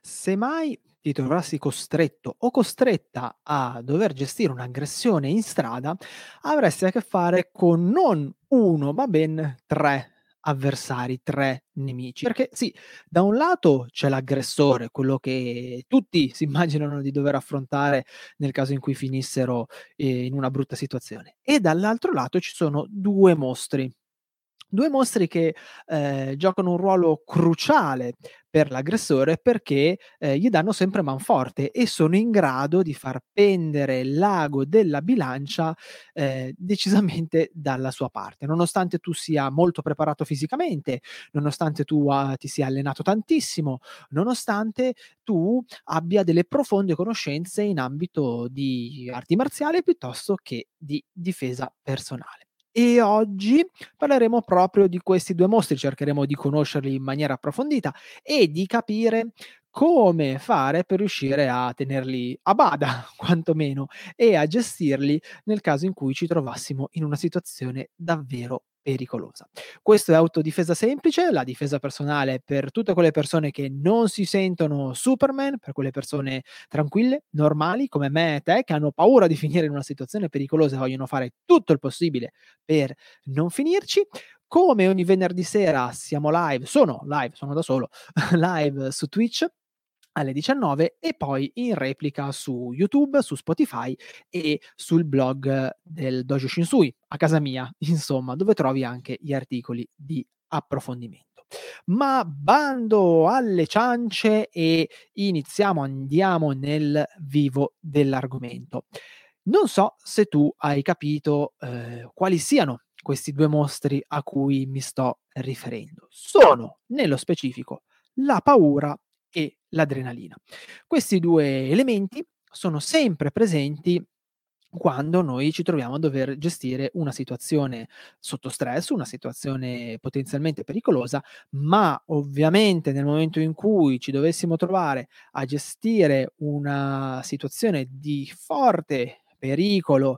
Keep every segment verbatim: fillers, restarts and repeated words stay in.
Se mai ti trovassi costretto o costretta a dover gestire un'aggressione in strada, avresti a che fare con non uno, ma ben tre avversari, tre nemici. Perché sì, da un lato c'è l'aggressore, quello che tutti si immaginano di dover affrontare nel caso in cui finissero, ehm, in una brutta situazione, e dall'altro lato ci sono due mostri. due mostri che, ehm, giocano un ruolo cruciale per l'aggressore perché, ehm, gli danno sempre manforte e sono in grado di far pendere l'ago della bilancia, ehm, decisamente dalla sua parte. Nonostante tu sia molto preparato fisicamente, nonostante tu a ti sia allenato tantissimo, nonostante tu abbia delle profonde conoscenze in ambito di arti marziali piuttosto che di difesa personale. E oggi parleremo proprio di questi due mostri, cercheremo di conoscerli in maniera approfondita e di capire come fare per riuscire a tenerli a bada quantomeno e a gestirli nel caso in cui ci trovassimo in una situazione davvero pericolosa. Questo è Autodifesa Semplice, la difesa personale per tutte quelle persone che non si sentono Superman, per quelle persone tranquille, normali come me e te, che hanno paura di finire in una situazione pericolosa e vogliono fare tutto il possibile per non finirci. Come ogni venerdì sera siamo live, sono live, sono da solo, live su Twitch alle diciannove e poi in replica su YouTube, su Spotify e sul blog del Dojo Shinsui, a casa mia, insomma, dove trovi anche gli articoli di approfondimento. Ma bando alle ciance e iniziamo, andiamo nel vivo dell'argomento. Non so se tu hai capito, ehm, quali siano questi due mostri a cui mi sto riferendo. Sono, nello specifico, la paura e l'adrenalina. Questi due elementi sono sempre presenti quando noi ci troviamo a dover gestire una situazione sotto stress, una situazione potenzialmente pericolosa, ma ovviamente nel momento in cui ci dovessimo trovare a gestire una situazione di forte pericolo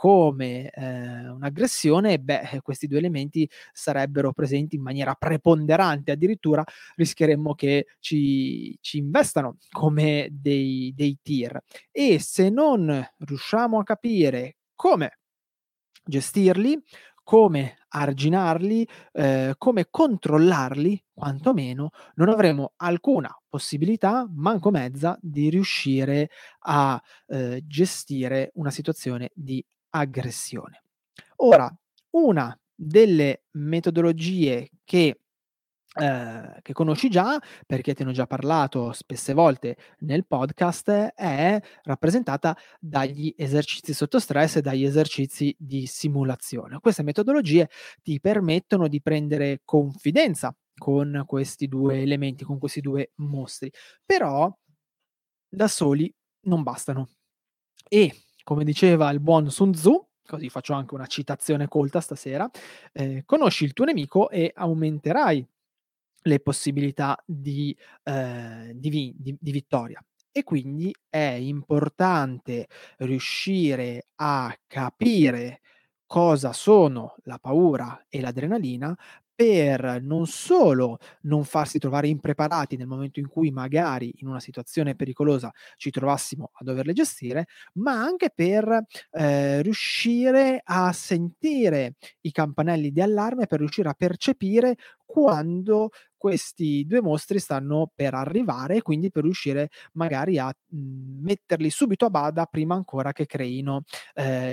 come, ehm, un'aggressione, beh, questi due elementi sarebbero presenti in maniera preponderante, addirittura rischieremmo che ci ci investano come dei dei tir. E se non riusciamo a capire come gestirli, come arginarli, ehm, come controllarli quantomeno, non avremo alcuna possibilità, manco mezza, di riuscire a, ehm, gestire una situazione di aggressione. Ora, una delle metodologie che ehm, che conosci già, perché te ne ho già parlato spesse volte nel podcast, è rappresentata dagli esercizi sotto stress e dagli esercizi di simulazione. Queste metodologie ti permettono di prendere confidenza con questi due elementi, con questi due mostri, però da soli non bastano. E come diceva il buon Sun Tzu, così faccio anche una citazione colta stasera, ehm: "Conosci il tuo nemico e aumenterai le possibilità di ehm, di vi di di vittoria." E quindi è importante riuscire a capire cosa sono la paura e l'adrenalina per non solo non farsi trovare impreparati nel momento in cui magari in una situazione pericolosa ci trovassimo a doverle gestire, ma anche per, ehm, riuscire a sentire i campanelli di allarme, per riuscire a percepire quando questi due mostri stanno per arrivare e quindi per riuscire magari a, mhmm, metterli subito a bada prima ancora che creino, ehm,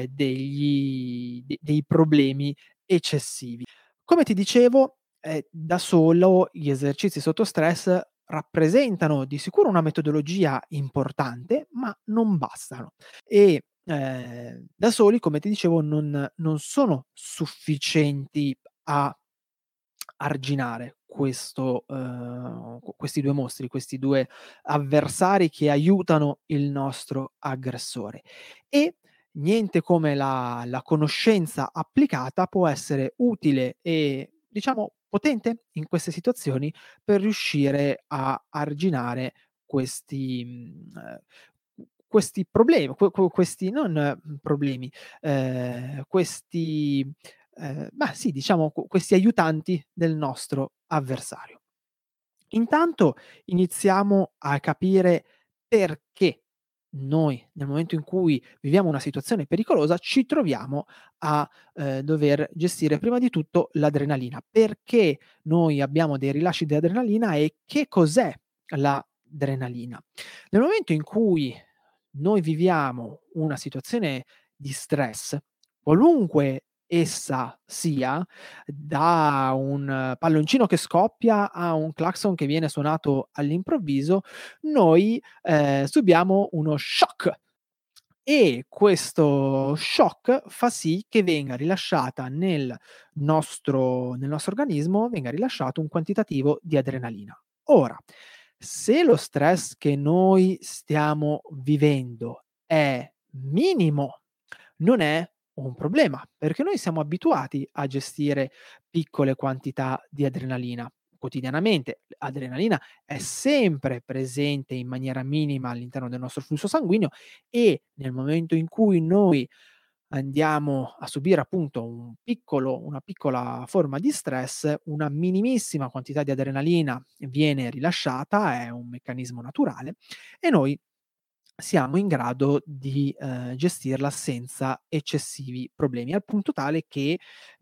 degli de dei problemi eccessivi. Come ti dicevo, ehm, da solo gli esercizi sotto stress rappresentano di sicuro una metodologia importante, ma non bastano e, ehm, da soli, come ti dicevo, non non sono sufficienti a arginare questo uhm, q questi due mostri, questi due avversari che aiutano il nostro aggressore. E niente come la la conoscenza applicata può essere utile e, diciamo, potente in queste situazioni per riuscire a arginare questi mhmm, ehm, questi problemi, que que questi non, mhmm, problemi, ehm, questi ehm, bah, sì, diciamo q questi aiutanti del nostro avversario. Intanto iniziamo a capire perché noi, nel momento in cui viviamo una situazione pericolosa, ci troviamo a, ehm, dover gestire prima di tutto l'adrenalina. Perché noi abbiamo dei rilasci di adrenalina e che cos'è l'adrenalina? Nel momento in cui noi viviamo una situazione di stress, qualunque essa sia, da un palloncino che scoppia a un clacson che viene suonato all'improvviso, noi, ehm, subiamo uno shock e questo shock fa sì che venga rilasciata nel nostro nel nostro organismo, venga rilasciato un quantitativo di adrenalina. Ora, se lo stress che noi stiamo vivendo è minimo, non è un problema, perché noi siamo abituati a gestire piccole quantità di adrenalina quotidianamente. Adrenalina è sempre presente in maniera minima all'interno del nostro flusso sanguigno e nel momento in cui noi andiamo a subire appunto un piccolo una piccola forma di stress, una minimissima quantità di adrenalina viene rilasciata, è un meccanismo naturale e noi siamo in grado di, ehm, gestirla senza eccessivi problemi, al punto tale che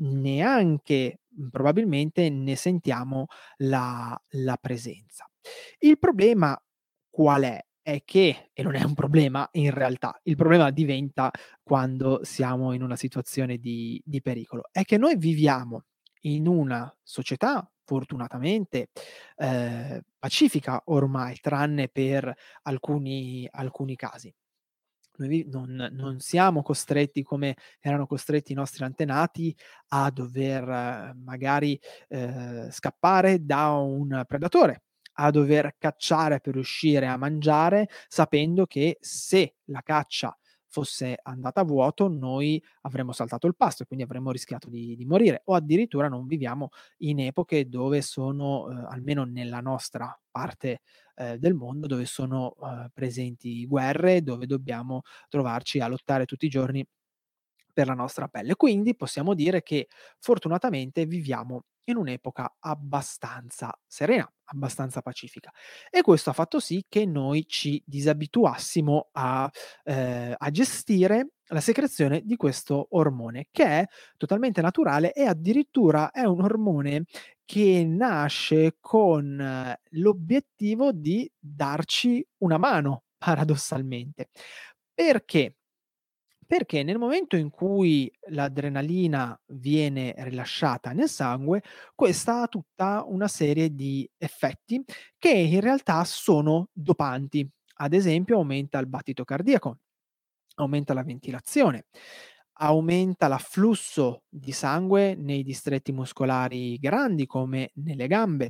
neanche, mhmm, probabilmente ne sentiamo la la presenza. Il problema qual è? È che e non è un problema in realtà, il problema diventa quando siamo in una situazione di di pericolo, è che noi viviamo in una società fortunatamente, ehm, pacifica ormai, tranne per alcuni alcuni casi. Noi vi non non siamo costretti, come erano costretti i nostri antenati, a dover eh, magari, ehm, scappare da un predatore, a dover cacciare per riuscire a mangiare, sapendo che se la caccia fosse andata a vuoto, noi avremmo saltato il pasto e quindi avremmo rischiato di di morire, o addirittura non viviamo in epoche dove sono, uhm, almeno nella nostra parte, ehm, del mondo, dove sono, uhm, presenti guerre, dove dobbiamo trovarci a lottare tutti i giorni per la nostra pelle. Quindi possiamo dire che fortunatamente viviamo in un'epoca abbastanza serena, abbastanza pacifica e questo ha fatto sì che noi ci disabituassimo a ehm, a gestire la secrezione di questo ormone, che è totalmente naturale e addirittura è un ormone che nasce con eh, l'obiettivo di darci una mano, paradossalmente. Perché? Perché nel momento in cui l'adrenalina viene rilasciata nel sangue, questa ha tutta una serie di effetti che in realtà sono dopanti. Ad esempio aumenta il battito cardiaco, aumenta la ventilazione, aumenta l'afflusso di sangue nei distretti muscolari grandi come nelle gambe,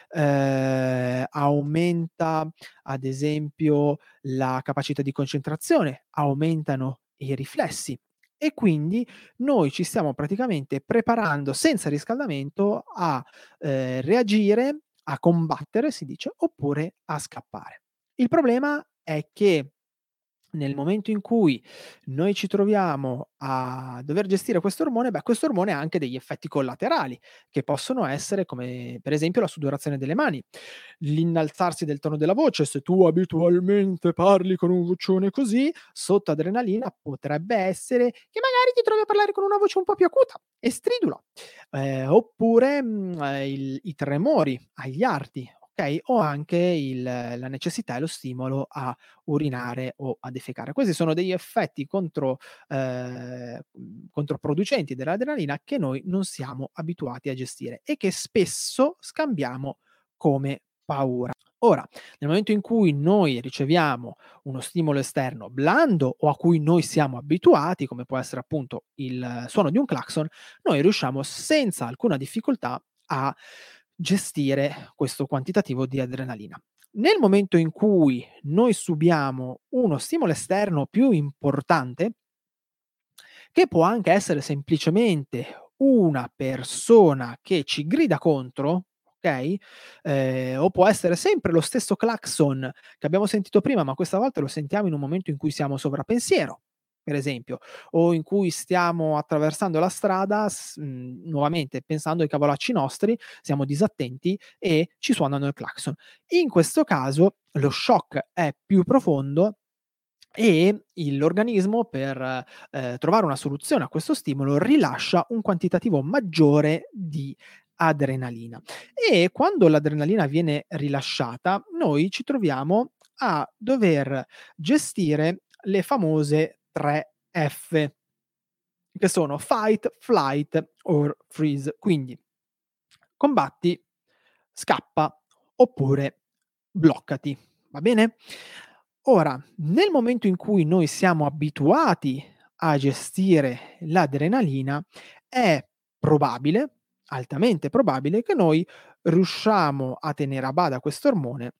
ehm, aumenta ad esempio la capacità di concentrazione, aumentano i riflessi e quindi noi ci stiamo praticamente preparando senza riscaldamento a, ehm, reagire, a combattere si dice, oppure a scappare. Il problema è che nel momento in cui noi ci troviamo a dover gestire questo ormone, beh, questo ormone ha anche degli effetti collaterali, che possono essere come per esempio la sudorazione delle mani, l'innalzarsi del tono della voce. Se tu abitualmente parli con un vocione così, sotto adrenalina potrebbe essere che magari ti trovi a parlare con una voce un po' più acuta e stridula. Ehm, oppure, mhmm, ehm, il i tremori agli arti, okay, o anche il la necessità e lo stimolo a urinare o a defecare. Questi sono degli effetti contro ehm, mhmm, controproducenti dell'adrenalina che noi non siamo abituati a gestire e che spesso scambiamo come paura. Ora, nel momento in cui noi riceviamo uno stimolo esterno blando o a cui noi siamo abituati, come può essere appunto il suono di un clacson, noi riusciamo senza alcuna difficoltà a gestire questo quantitativo di adrenalina. Nel momento in cui noi subiamo uno stimolo esterno più importante, che può anche essere semplicemente una persona che ci grida contro, okay, ehm, o può essere sempre lo stesso clacson che abbiamo sentito prima, ma questa volta lo sentiamo in un momento in cui siamo sovrappensiero. per esempio, o in cui stiamo attraversando la strada, s mhmm, nuovamente pensando ai cavolacci nostri, siamo disattenti e ci suonano il clacson. In questo caso lo shock è più profondo e il l'organismo per, ehm, trovare una soluzione a questo stimolo rilascia un quantitativo maggiore di adrenalina. E quando l'adrenalina viene rilasciata, noi ci troviamo a dover gestire le famose tre F, che sono fight, flight or freeze. Quindi combatti, scappa oppure bloccati, va bene? Ora, nel momento in cui noi siamo abituati a gestire l'adrenalina, è probabile, altamente probabile, che noi riusciamo a tenere a bada questo ormone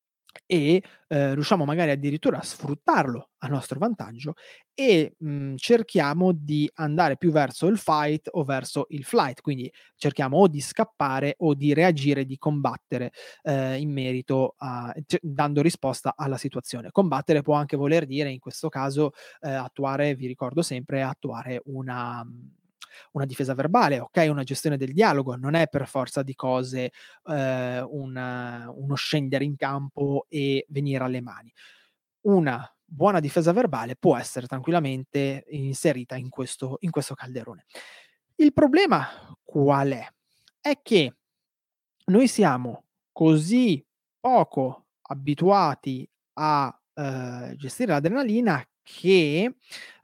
e, ehm, riusciamo magari addirittura a sfruttarlo a nostro vantaggio e, mhmm, cerchiamo di andare più verso il fight o verso il flight, quindi cerchiamo o di scappare o di reagire, di combattere, ehm, in merito a c dando risposta alla situazione. Combattere può anche voler dire in questo caso, ehm, attuare vi ricordo sempre, attuare una mhmm, una difesa verbale, okay, una gestione del dialogo, non è per forza di cose, ehm, un uno scendere in campo e venire alle mani. Una buona difesa verbale può essere tranquillamente inserita in questo in questo calderone. Il problema qual è? È che noi siamo così poco abituati a, ehm, gestire l'adrenalina che,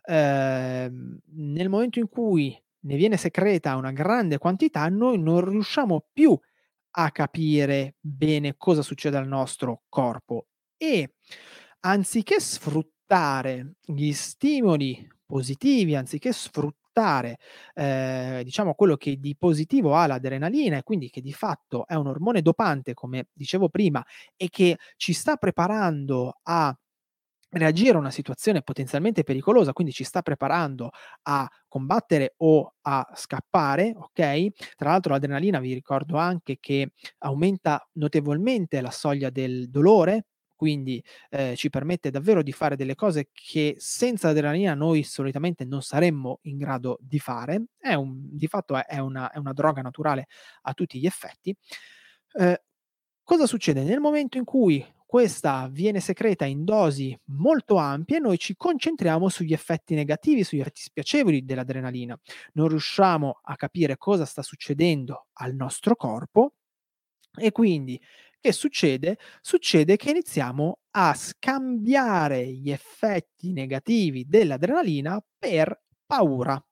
ehm, nel momento in cui ne viene secreta una grande quantità, noi non riusciamo più a capire bene cosa succede al nostro corpo e anziché sfruttare gli stimoli positivi, anziché sfruttare, ehm, diciamo quello che di positivo ha l'adrenalina e quindi che di fatto è un ormone dopante, come dicevo prima, e che ci sta preparando a reagire a una situazione potenzialmente pericolosa, quindi ci sta preparando a combattere o a scappare, okay? Tra l'altro l'adrenalina vi ricordo anche che aumenta notevolmente la soglia del dolore, quindi, ehm, ci permette davvero di fare delle cose che senza adrenalina noi solitamente non saremmo in grado di fare. È un di fatto è è una è una droga naturale a tutti gli effetti. Ehm, Cosa succede? Nel momento in cui questa viene secreta in dosi molto ampie, noi ci concentriamo sugli effetti negativi, sugli effetti spiacevoli dell'adrenalina. Non riusciamo a capire cosa sta succedendo al nostro corpo e quindi che succede? Succede che iniziamo a scambiare gli effetti negativi dell'adrenalina per paura.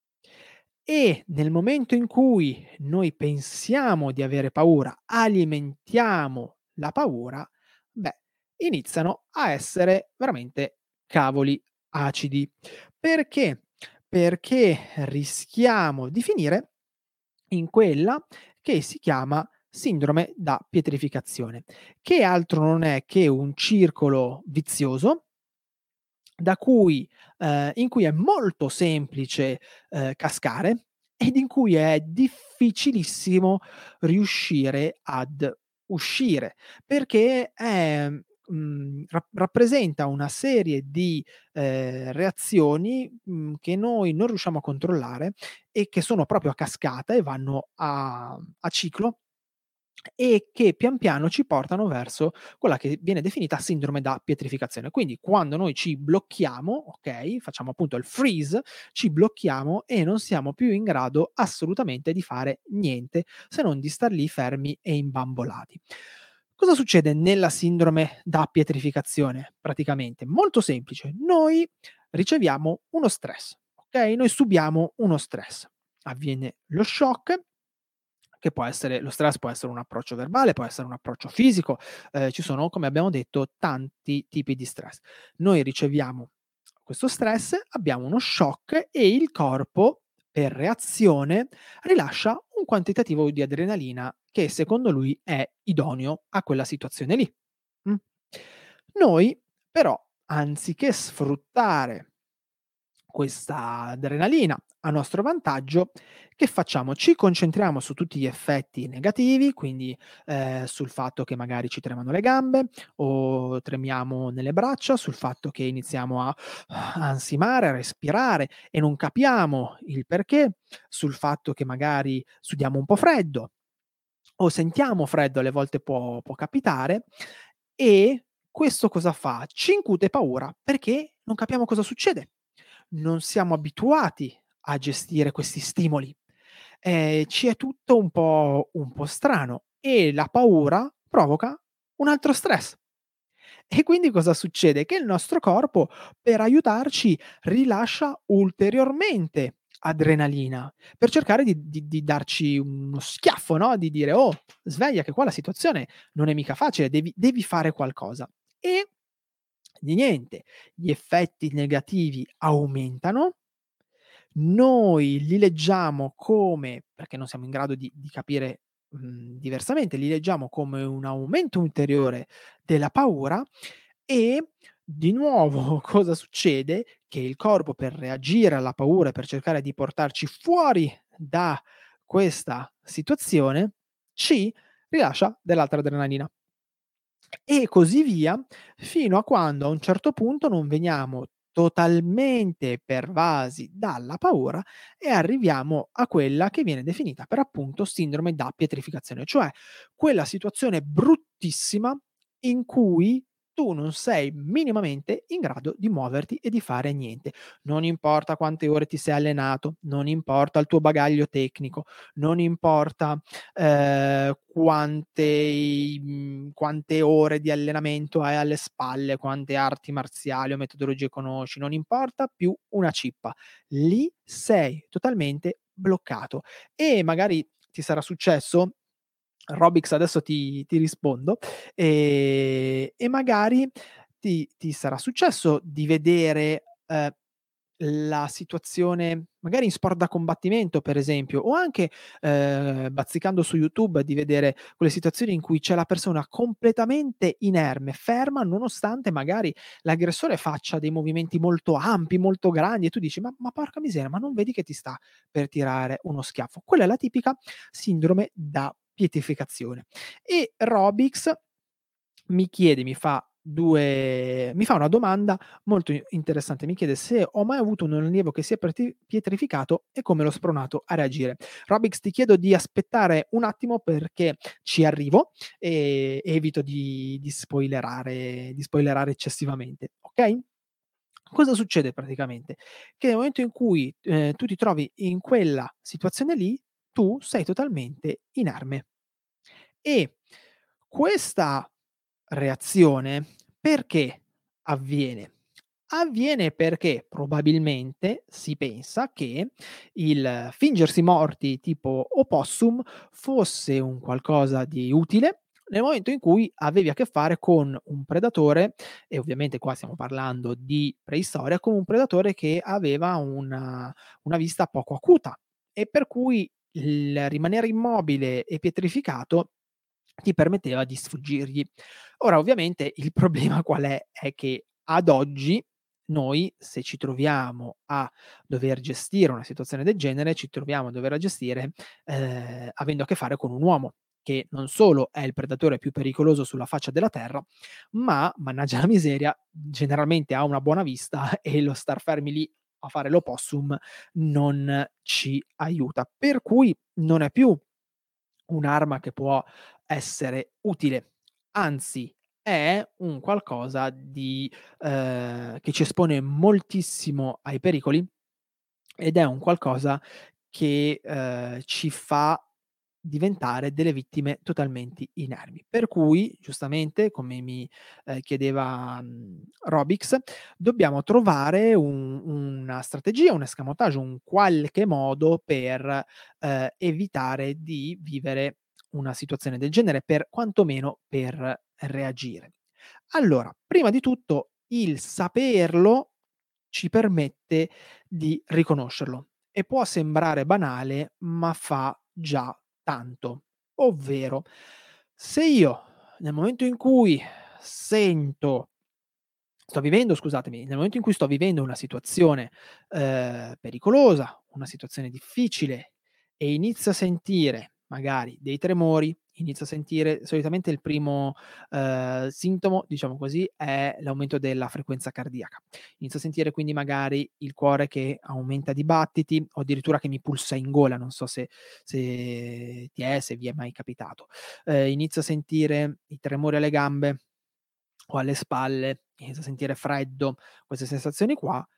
E nel momento in cui noi pensiamo di avere paura, alimentiamo la paura, beh, iniziano a essere veramente cavoli acidi. Perché? Perché rischiamo di finire in quella che si chiama sindrome da pietrificazione, che altro non è che un circolo vizioso da cui ehm, in cui è molto semplice, ehm, cascare ed in cui è difficilissimo riuscire ad uscire, perché è mhmm, rap rappresenta una serie di, ehm, reazioni, mhmm, che noi non riusciamo a controllare e che sono proprio a cascata e vanno a a ciclo e che pian piano ci portano verso quella che viene definita sindrome da pietrificazione. Quindi quando noi ci blocchiamo, okay, facciamo appunto il freeze, ci blocchiamo e non siamo più in grado assolutamente di fare niente, se non di star lì fermi e imbambolati. Cosa succede nella sindrome da pietrificazione praticamente? Molto semplice, noi riceviamo uno stress, okay, noi subiamo uno stress. Avviene lo shock che può essere lo stress può essere un approccio verbale, può essere un approccio fisico, ehm, ci sono, come abbiamo detto, tanti tipi di stress. Noi riceviamo questo stress, abbiamo uno shock e il corpo, per reazione, rilascia un quantitativo di adrenalina che secondo lui è idoneo a quella situazione lì. Mh. Noi però, anziché sfruttare questa adrenalina a nostro vantaggio, che facciamo? Ci concentriamo su tutti gli effetti negativi, quindi, ehm, sul fatto che magari ci tremano le gambe o tremiamo nelle braccia, sul fatto che iniziamo a ansimare, a respirare e non capiamo il perché, sul fatto che magari sudiamo un po' freddo o sentiamo freddo, alle volte può può capitare, e questo cosa fa? Ci incute paura perché non capiamo cosa succede. Non siamo abituati a gestire questi stimoli. Ehm, ci è tutto un po' un po' strano e la paura provoca un altro stress. E quindi cosa succede? Che il nostro corpo, per aiutarci, rilascia ulteriormente adrenalina, per cercare di di di darci uno schiaffo, no, di dire: "Oh, sveglia che qua la situazione non è mica facile, devi devi fare qualcosa." E di niente, gli effetti negativi aumentano, noi li leggiamo come, perché non siamo in grado di di capire, mhmm, diversamente, li leggiamo come un aumento ulteriore della paura e di nuovo cosa succede? Che il corpo, per reagire alla paura e per cercare di portarci fuori da questa situazione, ci rilascia dell'altra adrenalina. E così via, fino a quando a un certo punto non veniamo totalmente pervasi dalla paura e arriviamo a quella che viene definita per appunto sindrome da pietrificazione, cioè quella situazione bruttissima in cui tu non sei minimamente in grado di muoverti e di fare niente. Non importa quante ore ti sei allenato, non importa il tuo bagaglio tecnico, non importa ehm, quante mhmm, quante ore di allenamento hai alle spalle, quante arti marziali o metodologie conosci, non importa più una cippa. Lì sei totalmente bloccato e magari ti sarà successo, Robix adesso ti ti rispondo, ehm, e magari ti ti sarà successo di vedere, ehm la situazione magari in sport da combattimento, per esempio, o anche, ehm, bazzicando su YouTube, di vedere quelle situazioni in cui c'è la persona completamente inerme, ferma, nonostante magari l'aggressore faccia dei movimenti molto ampi, molto grandi e tu dici: "Ma ma porca miseria, ma non vedi che ti sta per tirare uno schiaffo?" Quella è la tipica sindrome da pietificazione. E Robix mi chiede, mi fa due mi fa una domanda molto i interessante, mi chiede se ho mai avuto un allievo che si è preti pietrificato e come l'ho spronato a reagire. Robix, ti chiedo di aspettare un attimo perché ci arrivo e evito di di spoilerare di spoilerare eccessivamente, okay? Cosa succede praticamente? Che nel momento in cui, ehm, tu ti trovi in quella situazione lì, tu sei totalmente inerme. E questa reazione perché avviene? Avviene perché probabilmente si pensa che il fingersi morti tipo opossum fosse un qualcosa di utile nel momento in cui avevi a che fare con un predatore, e ovviamente qua stiamo parlando di preistoria, con un predatore che aveva una una vista poco acuta e per cui il rimanere immobile e pietrificato ti permetteva di sfuggirgli. Ora ovviamente il problema qual è? È che ad oggi noi, se ci troviamo a dover gestire una situazione del genere, ci troviamo a doverla gestire, ehm, avendo a che fare con un uomo, che non solo è il predatore più pericoloso sulla faccia della terra, ma, mannaggia la miseria, generalmente ha una buona vista e lo star fermi lì a fare l'opossum non ci aiuta. Per cui non è più un'arma che può essere utile, anzi è un qualcosa di ehm, che ci espone moltissimo ai pericoli ed è un qualcosa che, ehm, ci fa diventare delle vittime totalmente inermi. Per cui, giustamente, come mi, ehm, chiedeva, mhmm, Robix, dobbiamo trovare un una strategia, un escamotage, un qualche modo per, ehm, evitare di vivere una situazione del genere, per quantomeno per reagire. Allora, prima di tutto il saperlo ci permette di riconoscerlo e può sembrare banale, ma fa già tanto. Ovvero, se io nel momento in cui sento sto vivendo scusatemi, nel momento in cui sto vivendo una situazione, ehm, pericolosa, una situazione difficile e inizio a sentire magari dei tremori, inizio a sentire solitamente il primo, ehm, sintomo, diciamo così, è l'aumento della frequenza cardiaca. Inizio a sentire quindi magari il cuore che aumenta di battiti o addirittura che mi pulsa in gola, non so se se ti è se vi è mai capitato. Ehm, inizio a sentire i tremori alle gambe o alle spalle, inizio a sentire freddo, queste sensazioni qua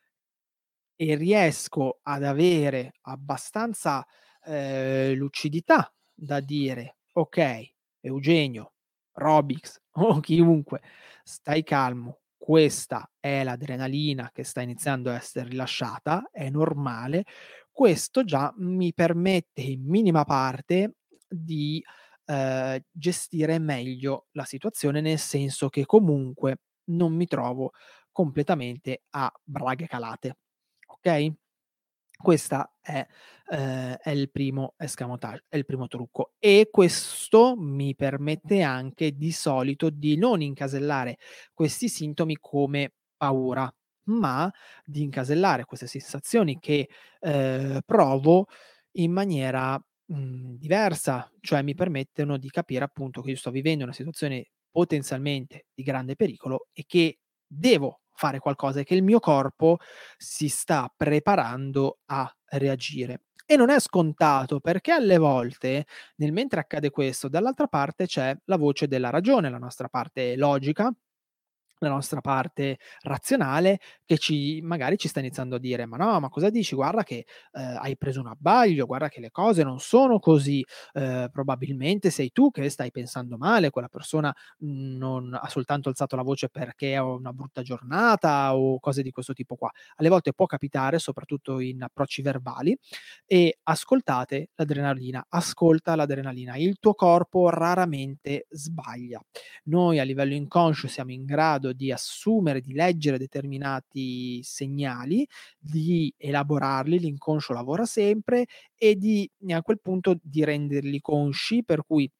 e riesco ad avere abbastanza, ehm, lucidità da dire: "Okay, Eugenio, Robix o chiunque, stai calmo, questa è l'adrenalina che sta iniziando a essere rilasciata, è normale." Questo già mi permette in minima parte di, ehm, gestire meglio la situazione, nel senso che comunque non mi trovo completamente a braghe calate. Okay? Questa è ehm, è il primo escamotage, è il primo trucco e questo mi permette anche di solito di non incasellare questi sintomi come paura, ma di incasellare queste sensazioni che, ehm, provo in maniera, mhmm, diversa, cioè mi permettono di capire appunto che io sto vivendo una situazione potenzialmente di grande pericolo e che devo fare qualcosa e che il mio corpo si sta preparando a reagire. E non è scontato perché alle volte, nel mentre accade questo, dall'altra parte c'è la voce della ragione, la nostra parte logica, la nostra parte razionale che ci magari ci sta iniziando a dire: "Ma no, ma cosa dici? Guarda che, ehm, hai preso un abbaglio, guarda che le cose non sono così, ehm, probabilmente sei tu che stai pensando male, quella persona, mhmm, non ha soltanto alzato la voce perché ha una brutta giornata", o cose di questo tipo qua. Alle volte può capitare, soprattutto in approcci verbali, e ascoltate l'adrenalina, ascolta l'adrenalina. Il tuo corpo raramente sbaglia. Noi a livello inconscio siamo in grado di assumere, di leggere determinati segnali, di elaborarli, l'inconscio lavora sempre e di a quel punto di renderli consci, per cui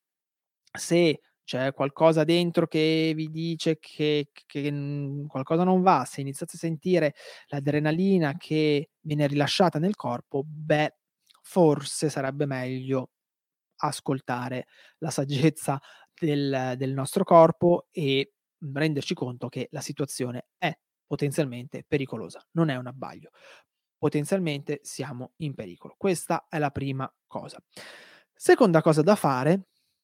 se c'è qualcosa dentro che vi dice che che, mhmm, qualcosa non va, se iniziate a sentire l'adrenalina che viene rilasciata nel corpo, beh, forse sarebbe meglio ascoltare la saggezza del del nostro corpo e, mhmm, renderci conto che la situazione è potenzialmente pericolosa, non è un abbaglio. Potenzialmente siamo in pericolo. Questa è la prima cosa. Seconda cosa da fare,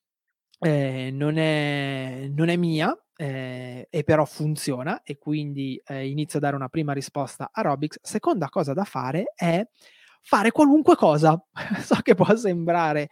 ehm, non è non è mia, ehm, e però funziona e quindi, ehm, inizio a dare una prima risposta a Robix. Seconda cosa da fare è fare qualunque cosa. So che può sembrare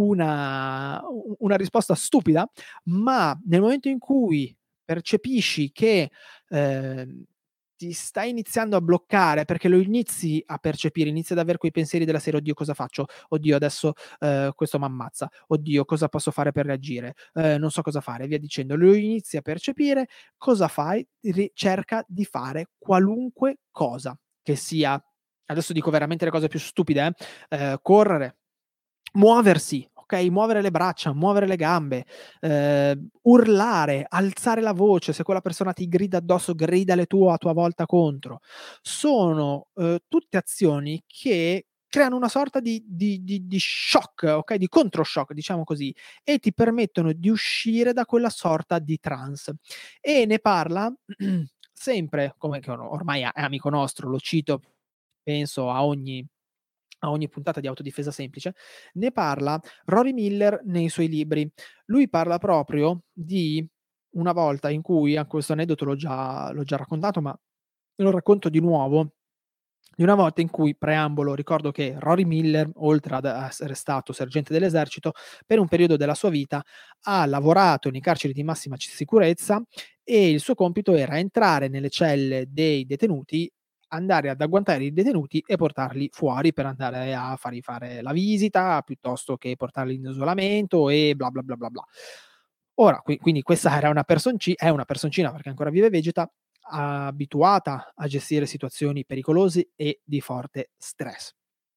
una u una risposta stupida, ma nel momento in cui percepisci che, ehm, ti stai iniziando a bloccare, perché lo inizi a percepire, inizi ad aver quei pensieri della serie: "Oddio cosa faccio? Oddio adesso, ehm, questo m'ammazza. Oddio cosa posso fare per reagire? Ehm, non so cosa fare", e via dicendo. Lo inizi a percepire, cosa fai? Ri cerca di fare qualunque cosa, che sia adesso dico veramente le cose più stupide eh, ehm, correre, muoversi, okay, muovere le braccia, muovere le gambe, ehm, urlare, alzare la voce, se quella persona ti grida addosso, gridale tu a tua volta contro. Sono, uhm, tutte azioni che creano una sorta di di di di shock, okay, di controshock, diciamo così, e ti permettono di uscire da quella sorta di trance. E ne parla sempre, come che or ormai è amico nostro, lo cito penso a ogni a ogni puntata di Autodifesa Semplice, ne parla Rory Miller nei suoi libri. Lui parla proprio di una volta in cui a questo aneddoto l'ho già l'ho già raccontato, ma lo racconto di nuovo, di una volta in cui, preambolo, ricordo che Rory Miller, oltre ad essere stato sergente dell'esercito, per un periodo della sua vita ha lavorato nei carceri di massima c sicurezza e il suo compito era entrare nelle celle dei detenuti, andare ad agguantare i detenuti e portarli fuori per andare a fargli fare la visita, piuttosto che portarli in isolamento e bla, bla, bla, bla, bla. Ora qui quindi questa era una personci è una personcina perché ancora vive e vegeta, abituata a gestire situazioni pericolose e di forte stress.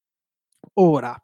Ora,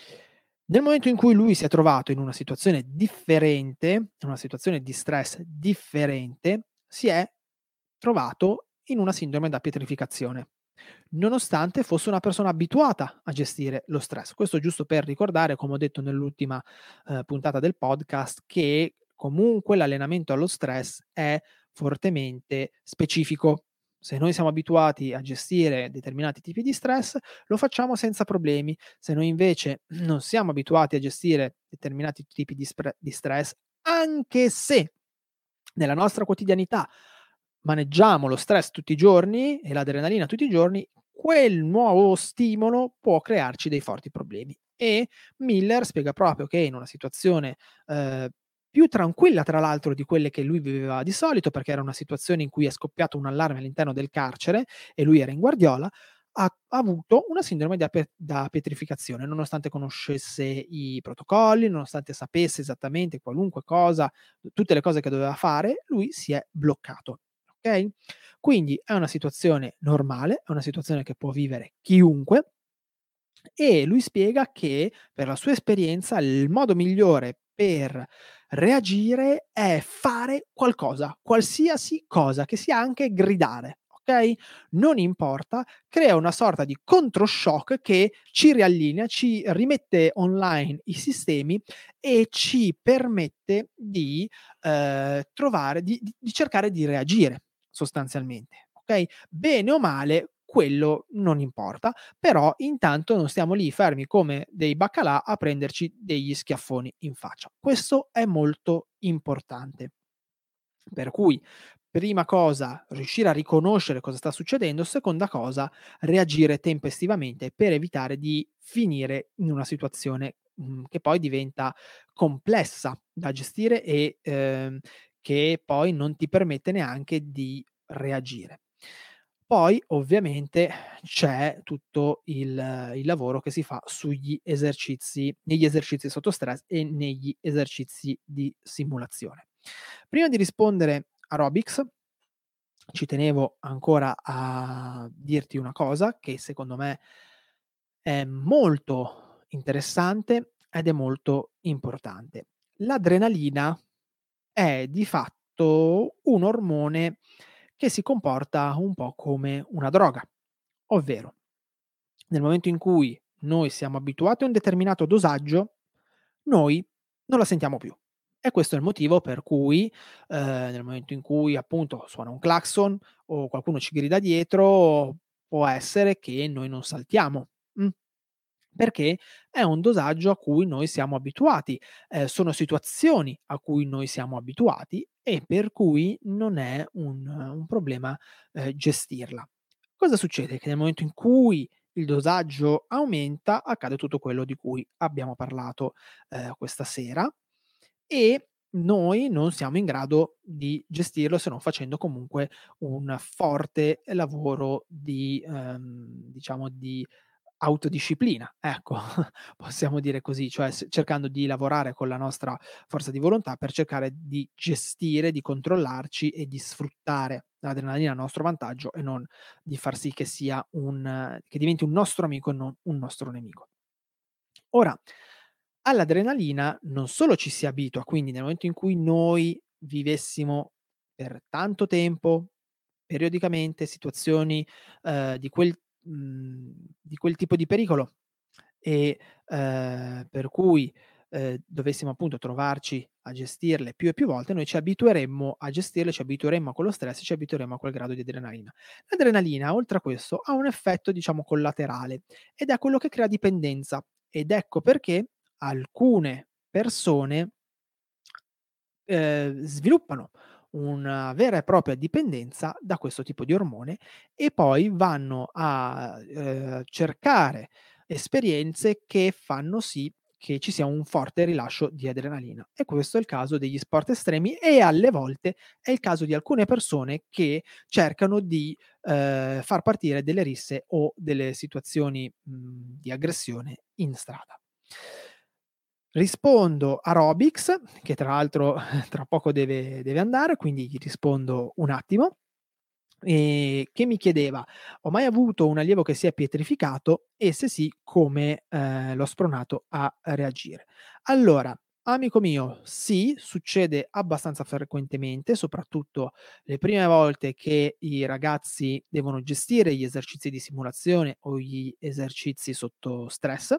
nel momento in cui lui si è trovato in una situazione differente, in una situazione di stress differente, si è trovato in una sindrome da pietrificazione, nonostante fosse una persona abituata a gestire lo stress. Questo giusto per ricordare, come ho detto nell'ultima, ehm, puntata del podcast, che comunque l'allenamento allo stress è fortemente specifico. Se noi siamo abituati a gestire determinati tipi di stress, lo facciamo senza problemi. Se noi invece non siamo abituati a gestire determinati tipi di spre di stress, anche se nella nostra quotidianità maneggiamo lo stress tutti i giorni e l'adrenalina tutti i giorni, quel nuovo stimolo può crearci dei forti problemi. E Miller spiega proprio che in una situazione, ehm, più tranquilla tra l'altro di quelle che lui viveva di solito, perché era una situazione in cui è scoppiato un allarme all'interno del carcere e lui era in Guardiola, ha ha avuto una sindrome da pe da pietrificazione, nonostante conoscesse i protocolli, nonostante sapesse esattamente qualunque cosa, tutte le cose che doveva fare, lui si è bloccato, okay? Quindi è una situazione normale, è una situazione che può vivere chiunque e lui spiega che per la sua esperienza il modo migliore per reagire è fare qualcosa, qualsiasi cosa, che sia anche gridare, okay, non importa, crea una sorta di controshock che ci riallinea, ci rimette online i sistemi e ci permette di, ehm, trovare di di di cercare di reagire sostanzialmente, okay? Bene o male, quello non importa, però intanto non stiamo lì fermi come dei baccalà a prenderci degli schiaffoni in faccia. Questo è molto importante. Per cui, prima cosa, riuscire a riconoscere cosa sta succedendo, seconda cosa, reagire tempestivamente per evitare di finire in una situazione, mhmm, che poi diventa complessa da gestire e, ehm, che poi non ti permette neanche di reagire. Poi ovviamente c'è tutto il il lavoro che si fa sugli esercizi negli esercizi sotto stress e negli esercizi di simulazione. Prima di rispondere a Robix, ci tenevo ancora a dirti una cosa che secondo me è molto interessante ed è molto importante. L'adrenalina è di fatto un ormone che si comporta un po' come una droga, ovvero nel momento in cui noi siamo abituati a un determinato dosaggio, noi non la sentiamo più. E questo è il motivo per cui, ehm, nel momento in cui appunto suona un clacson o qualcuno ci grida dietro, può essere che noi non saltiamo, mh, perché è un dosaggio a cui noi siamo abituati, ehm, sono situazioni a cui noi siamo abituati e per cui non è un un problema, ehm, gestirla. Cosa succede? Che nel momento in cui il dosaggio aumenta, accade tutto quello di cui abbiamo parlato, ehm, questa sera e noi non siamo in grado di gestirlo se non facendo comunque un forte lavoro di, ehm, diciamo di autodisciplina, ecco, possiamo dire così, cioè s cercando di lavorare con la nostra forza di volontà per cercare di gestire, di controllarci e di sfruttare l'adrenalina a nostro vantaggio e non di far sì che sia un che diventi un nostro amico e non un nostro nemico. Ora, all'adrenalina non solo ci si abitua, quindi nel momento in cui noi vivessimo per tanto tempo, periodicamente, situazioni, ehm, di quel mhmm, di quel tipo di pericolo e, ehm, per cui, ehm, dovessimo appunto trovarci a gestirle più e più volte, noi ci abitueremmo a gestirle, ci abitueremmo a quello stress, ci abitueremmo a quel grado di adrenalina. L'adrenalina, oltre a questo, ha un effetto diciamo collaterale ed è quello che crea dipendenza ed ecco perché alcune persone ehm, sviluppano una vera e propria dipendenza da questo tipo di ormone e poi vanno a, ehm, cercare esperienze che fanno sì che ci sia un forte rilascio di adrenalina. E questo è il caso degli sport estremi e alle volte è il caso di alcune persone che cercano di, ehm, far partire delle risse o delle situazioni, mhmm, di aggressione in strada. Rispondo a Robix, che tra l'altro tra poco deve deve andare, quindi gli rispondo un attimo, ehm, che mi chiedeva: "Ho mai avuto un allievo che si è pietrificato e se sì come, ehm, l'ho spronato a reagire?" Allora, Amico mio, sì, succede abbastanza frequentemente, soprattutto le prime volte che i ragazzi devono gestire gli esercizi di simulazione o gli esercizi sotto stress.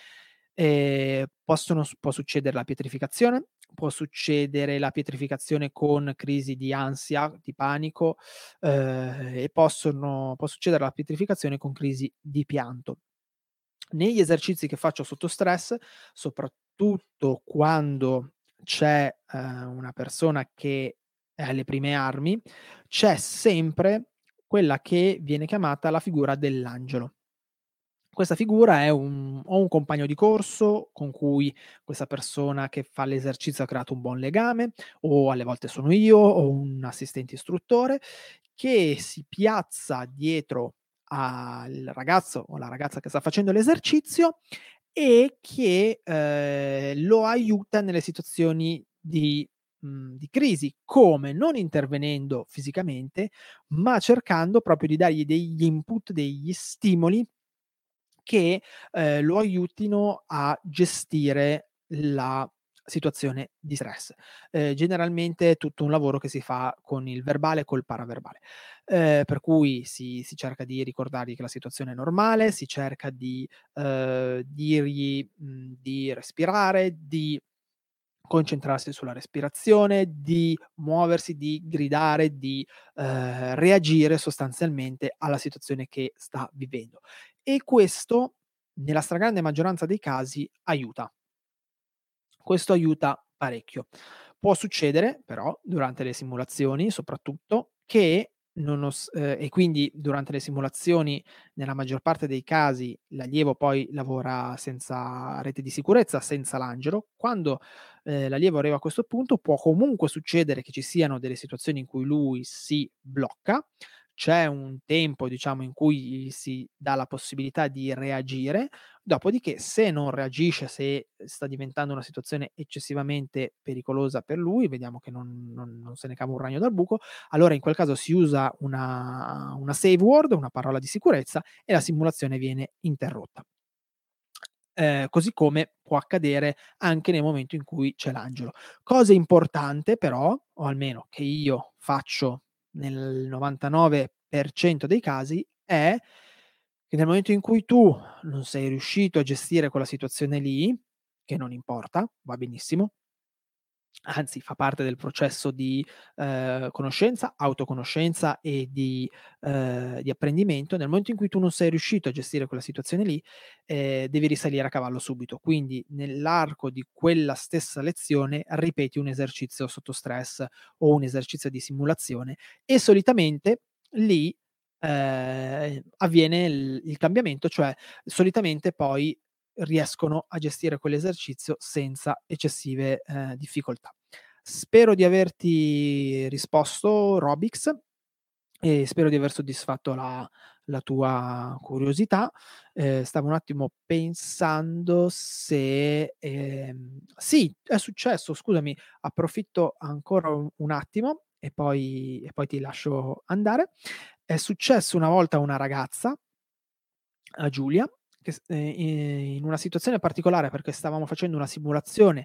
Ehm, possono s può succedere la pietrificazione, può succedere la pietrificazione con crisi di ansia, di panico, ehm, e possono può succedere la pietrificazione con crisi di pianto. Negli esercizi che faccio sotto stress, soprattutto quando c'è, ehm, una persona che è alle prime armi, c'è sempre quella che viene chiamata la figura dell'angelo. Questa figura è un o un compagno di corso con cui questa persona che fa l'esercizio ha creato un buon legame, o alle volte sono io o un assistente istruttore, che si piazza dietro al ragazzo o la ragazza che sta facendo l'esercizio e che, ehm, lo aiuta nelle situazioni di mhmm, di crisi. Come? Non intervenendo fisicamente, ma cercando proprio di dargli degli input, degli stimoli che, ehm, lo aiutino a gestire la situazione di stress. Ehm, generalmente è tutto un lavoro che si fa con il verbale e col paraverbale. Ehm, per cui si si cerca di ricordargli che la situazione è normale, si cerca di, ehm, dirgli, mhmm, di respirare, di concentrarsi sulla respirazione, di muoversi, di gridare, di, ehm, reagire sostanzialmente alla situazione che sta vivendo. E questo, nella stragrande maggioranza dei casi, aiuta. Questo aiuta parecchio. Può succedere però, durante le simulazioni soprattutto, che nonos ehm, e quindi durante le simulazioni, nella maggior parte dei casi, l'allievo poi lavora senza rete di sicurezza, senza l'angelo. Quando, ehm, l'allievo arriva a questo punto, può comunque succedere che ci siano delle situazioni in cui lui si blocca. C'è un tempo, diciamo, in cui gli si dà la possibilità di reagire. Dopodiché, se non reagisce, se sta diventando una situazione eccessivamente pericolosa per lui, vediamo che non non non se ne cava un ragno dal buco, allora in quel caso si usa una una safe word, una parola di sicurezza e la simulazione viene interrotta. Ehm, così come può accadere anche nel momento in cui c'è l'angelo. Cosa importante però, o almeno che io faccio nel novantanove per cento dei casi, è che nel momento in cui tu non sei riuscito a gestire quella situazione lì, che non importa, va benissimo, anzi fa parte del processo di, ehm, conoscenza, autoconoscenza e di ehm, di apprendimento. Nel momento in cui tu non sei riuscito a gestire quella situazione lì, ehm, devi risalire a cavallo subito. Quindi nell'arco di quella stessa lezione ripeti un esercizio sotto stress o un esercizio di simulazione e solitamente lì, ehm, avviene il il cambiamento, cioè solitamente poi riescono a gestire quell'esercizio senza eccessive, ehm, difficoltà. Spero di averti risposto Robix e spero di aver soddisfatto la la tua curiosità. Ehm, stavo un attimo pensando se ehm, sì, è successo, scusami, approfitto ancora un un attimo e poi e poi ti lascio andare. È successo una volta a una ragazza, a Giulia, che s ehm, in una situazione particolare perché stavamo facendo una simulazione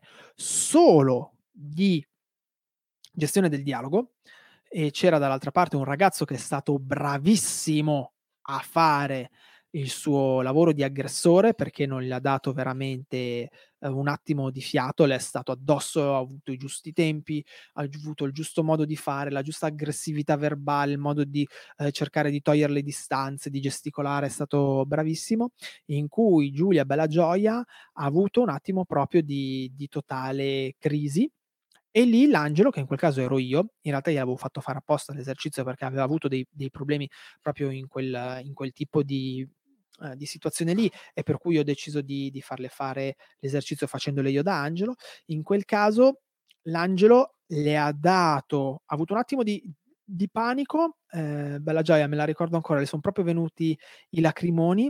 solo di gestione del dialogo e c'era dall'altra parte un ragazzo che è stato bravissimo a fare il suo lavoro di aggressore, perché non le ha dato veramente, ehm, un attimo di fiato, le è stato addosso, ha avuto i giusti tempi, ha giu avuto il giusto modo di fare, la giusta aggressività verbale, il modo di, ehm, cercare di togliere le distanze, di gesticolare, è stato bravissimo, in cui Giulia Bellagioia ha avuto un attimo proprio di di totale crisi e lì l'angelo, che in quel caso ero io, in realtà gliel'avevo fatto fare apposta l'esercizio perché aveva avuto dei dei problemi proprio in quel in quel tipo di ehm, di situazione lì e per cui ho deciso di di farle fare l'esercizio facendole io da angelo. In quel caso l'angelo le ha dato ha avuto un attimo di di panico, ehm, Bella Gioia me la ricordo ancora, le son proprio venuti i lacrimoni.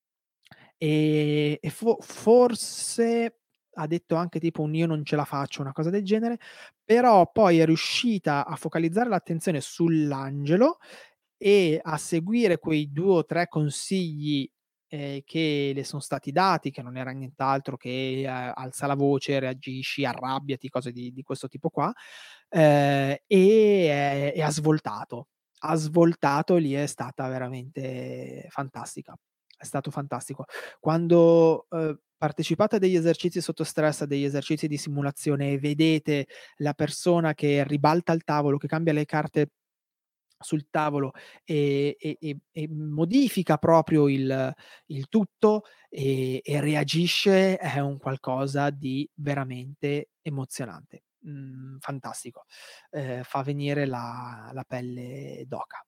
Ehm, e fo forse ha detto anche tipo un: "Io non ce la faccio", una cosa del genere, però poi è riuscita a focalizzare l'attenzione sull'angelo e a seguire quei due o tre consigli ehm, che le son stati dati, che non era nient'altro che, ehm, alza la voce, reagisci, arrabbiati, cose di di questo tipo qua, ehm, e e e ha svoltato. Ha svoltato, lì è stata veramente fantastica. È stato fantastico. Quando, uhm, partecipate a degli esercizi sotto stress, a degli esercizi di simulazione e vedete la persona che ribalta il tavolo, che cambia le carte sul tavolo e e e e modifica proprio il il tutto e e reagisce, è un qualcosa di veramente emozionante. Mhmm, fantastico. Ehm, fa venire la la pelle d'oca.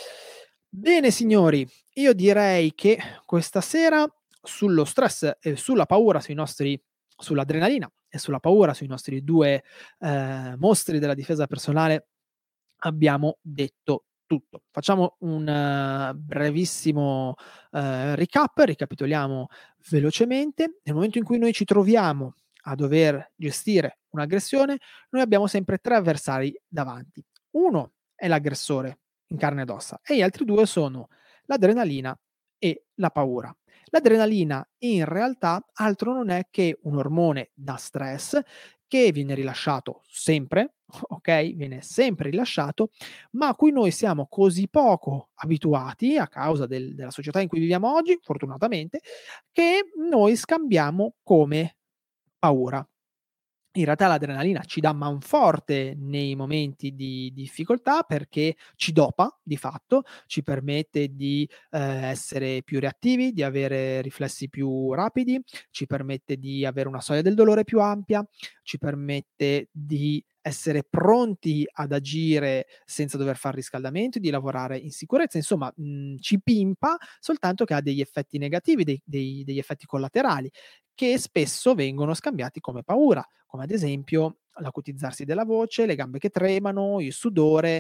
Bene signori, io direi che questa sera sullo stress e sulla paura sui nostri sull'adrenalina e sulla paura sui nostri due, ehm, mostri della difesa personale abbiamo detto tutto. Facciamo un eh, brevissimo, ehm, recap, ricapitoliamo velocemente. Nel momento in cui noi ci troviamo a dover gestire un'aggressione, noi abbiamo sempre tre avversari davanti. Uno è l'aggressore in carne ed ossa e gli altri due sono l'adrenalina e la paura. L'adrenalina in realtà altro non è che un ormone da stress che viene rilasciato sempre, okay, viene sempre rilasciato, ma a cui noi siamo così poco abituati a causa del della società in cui viviamo oggi, fortunatamente, che noi scambiamo come paura. In realtà l'adrenalina ci dà manforte nei momenti di difficoltà perché ci dopa di fatto, ci permette di, ehm, essere più reattivi, di avere riflessi più rapidi, ci permette di avere una soglia del dolore più ampia, ci permette di essere pronti ad agire senza dover far riscaldamento, di lavorare in sicurezza, insomma, mhmm, ci pimpa, soltanto che ha degli effetti negativi, dei dei degli effetti collaterali che spesso vengono scambiati come paura, come ad esempio l'acutizzarsi della voce, le gambe che tremano, il sudore,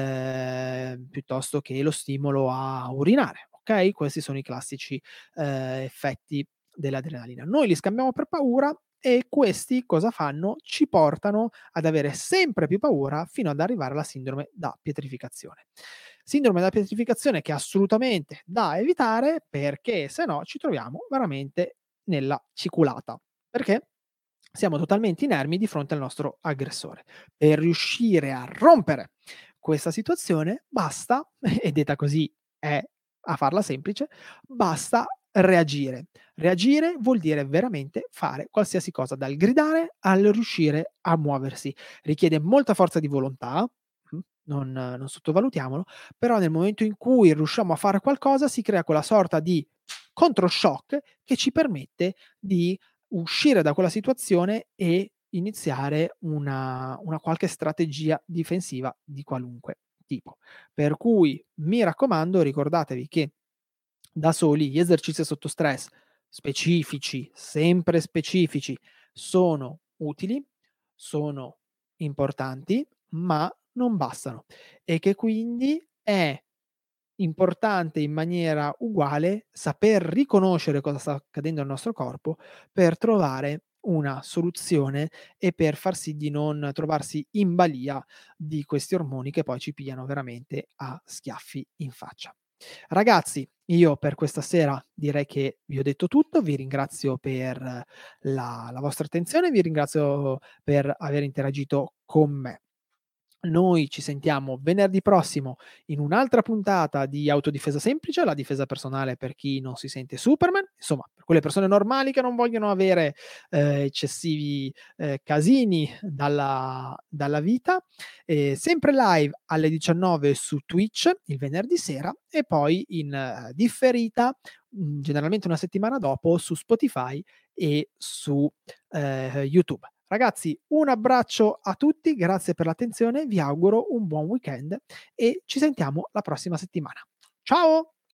ehm, piuttosto che lo stimolo a urinare, okay, questi sono i classici, ehm, effetti dell'adrenalina. Noi li scambiamo per paura e questi cosa fanno? Ci portano ad avere sempre più paura fino ad arrivare alla sindrome da pietrificazione. Sindrome da pietrificazione che è assolutamente da evitare perché se no ci troviamo veramente nella ciculata, perché siamo totalmente inermi di fronte al nostro aggressore. Per riuscire a rompere questa situazione basta, e detta così è a farla semplice, basta reagire. Reagire vuol dire veramente fare qualsiasi cosa, dal gridare al riuscire a muoversi. Richiede molta forza di volontà, mh, non non sottovalutiamolo, però nel momento in cui riusciamo a fare qualcosa si crea quella sorta di controshock che ci permette di uscire da quella situazione e iniziare una una qualche strategia difensiva di qualunque tipo. Per cui mi raccomando, ricordatevi che da soli gli esercizi sotto stress specifici, sempre specifici, sono utili, sono importanti, ma non bastano e che quindi è importante in maniera uguale saper riconoscere cosa sta accadendo al nostro corpo per trovare una soluzione e per far sì di non trovarsi in balia di questi ormoni che poi ci pigliano veramente a schiaffi in faccia. Ragazzi, io per questa sera direi che vi ho detto tutto, vi ringrazio per la la vostra attenzione, vi ringrazio per aver interagito con me. Noi ci sentiamo venerdì prossimo in un'altra puntata di Autodifesa semplice, la difesa personale per chi non si sente Superman, insomma per quelle persone normali che non vogliono avere, ehm, eccessivi, ehm, casini dalla dalla vita. Ehm, sempre live alle diciannove su Twitch il venerdì sera e poi in eh, differita, mhmm, generalmente una settimana dopo su Spotify e su, ehm, YouTube. Ragazzi, un abbraccio a tutti, grazie per l'attenzione, vi auguro un buon weekend e ci sentiamo la prossima settimana. Ciao!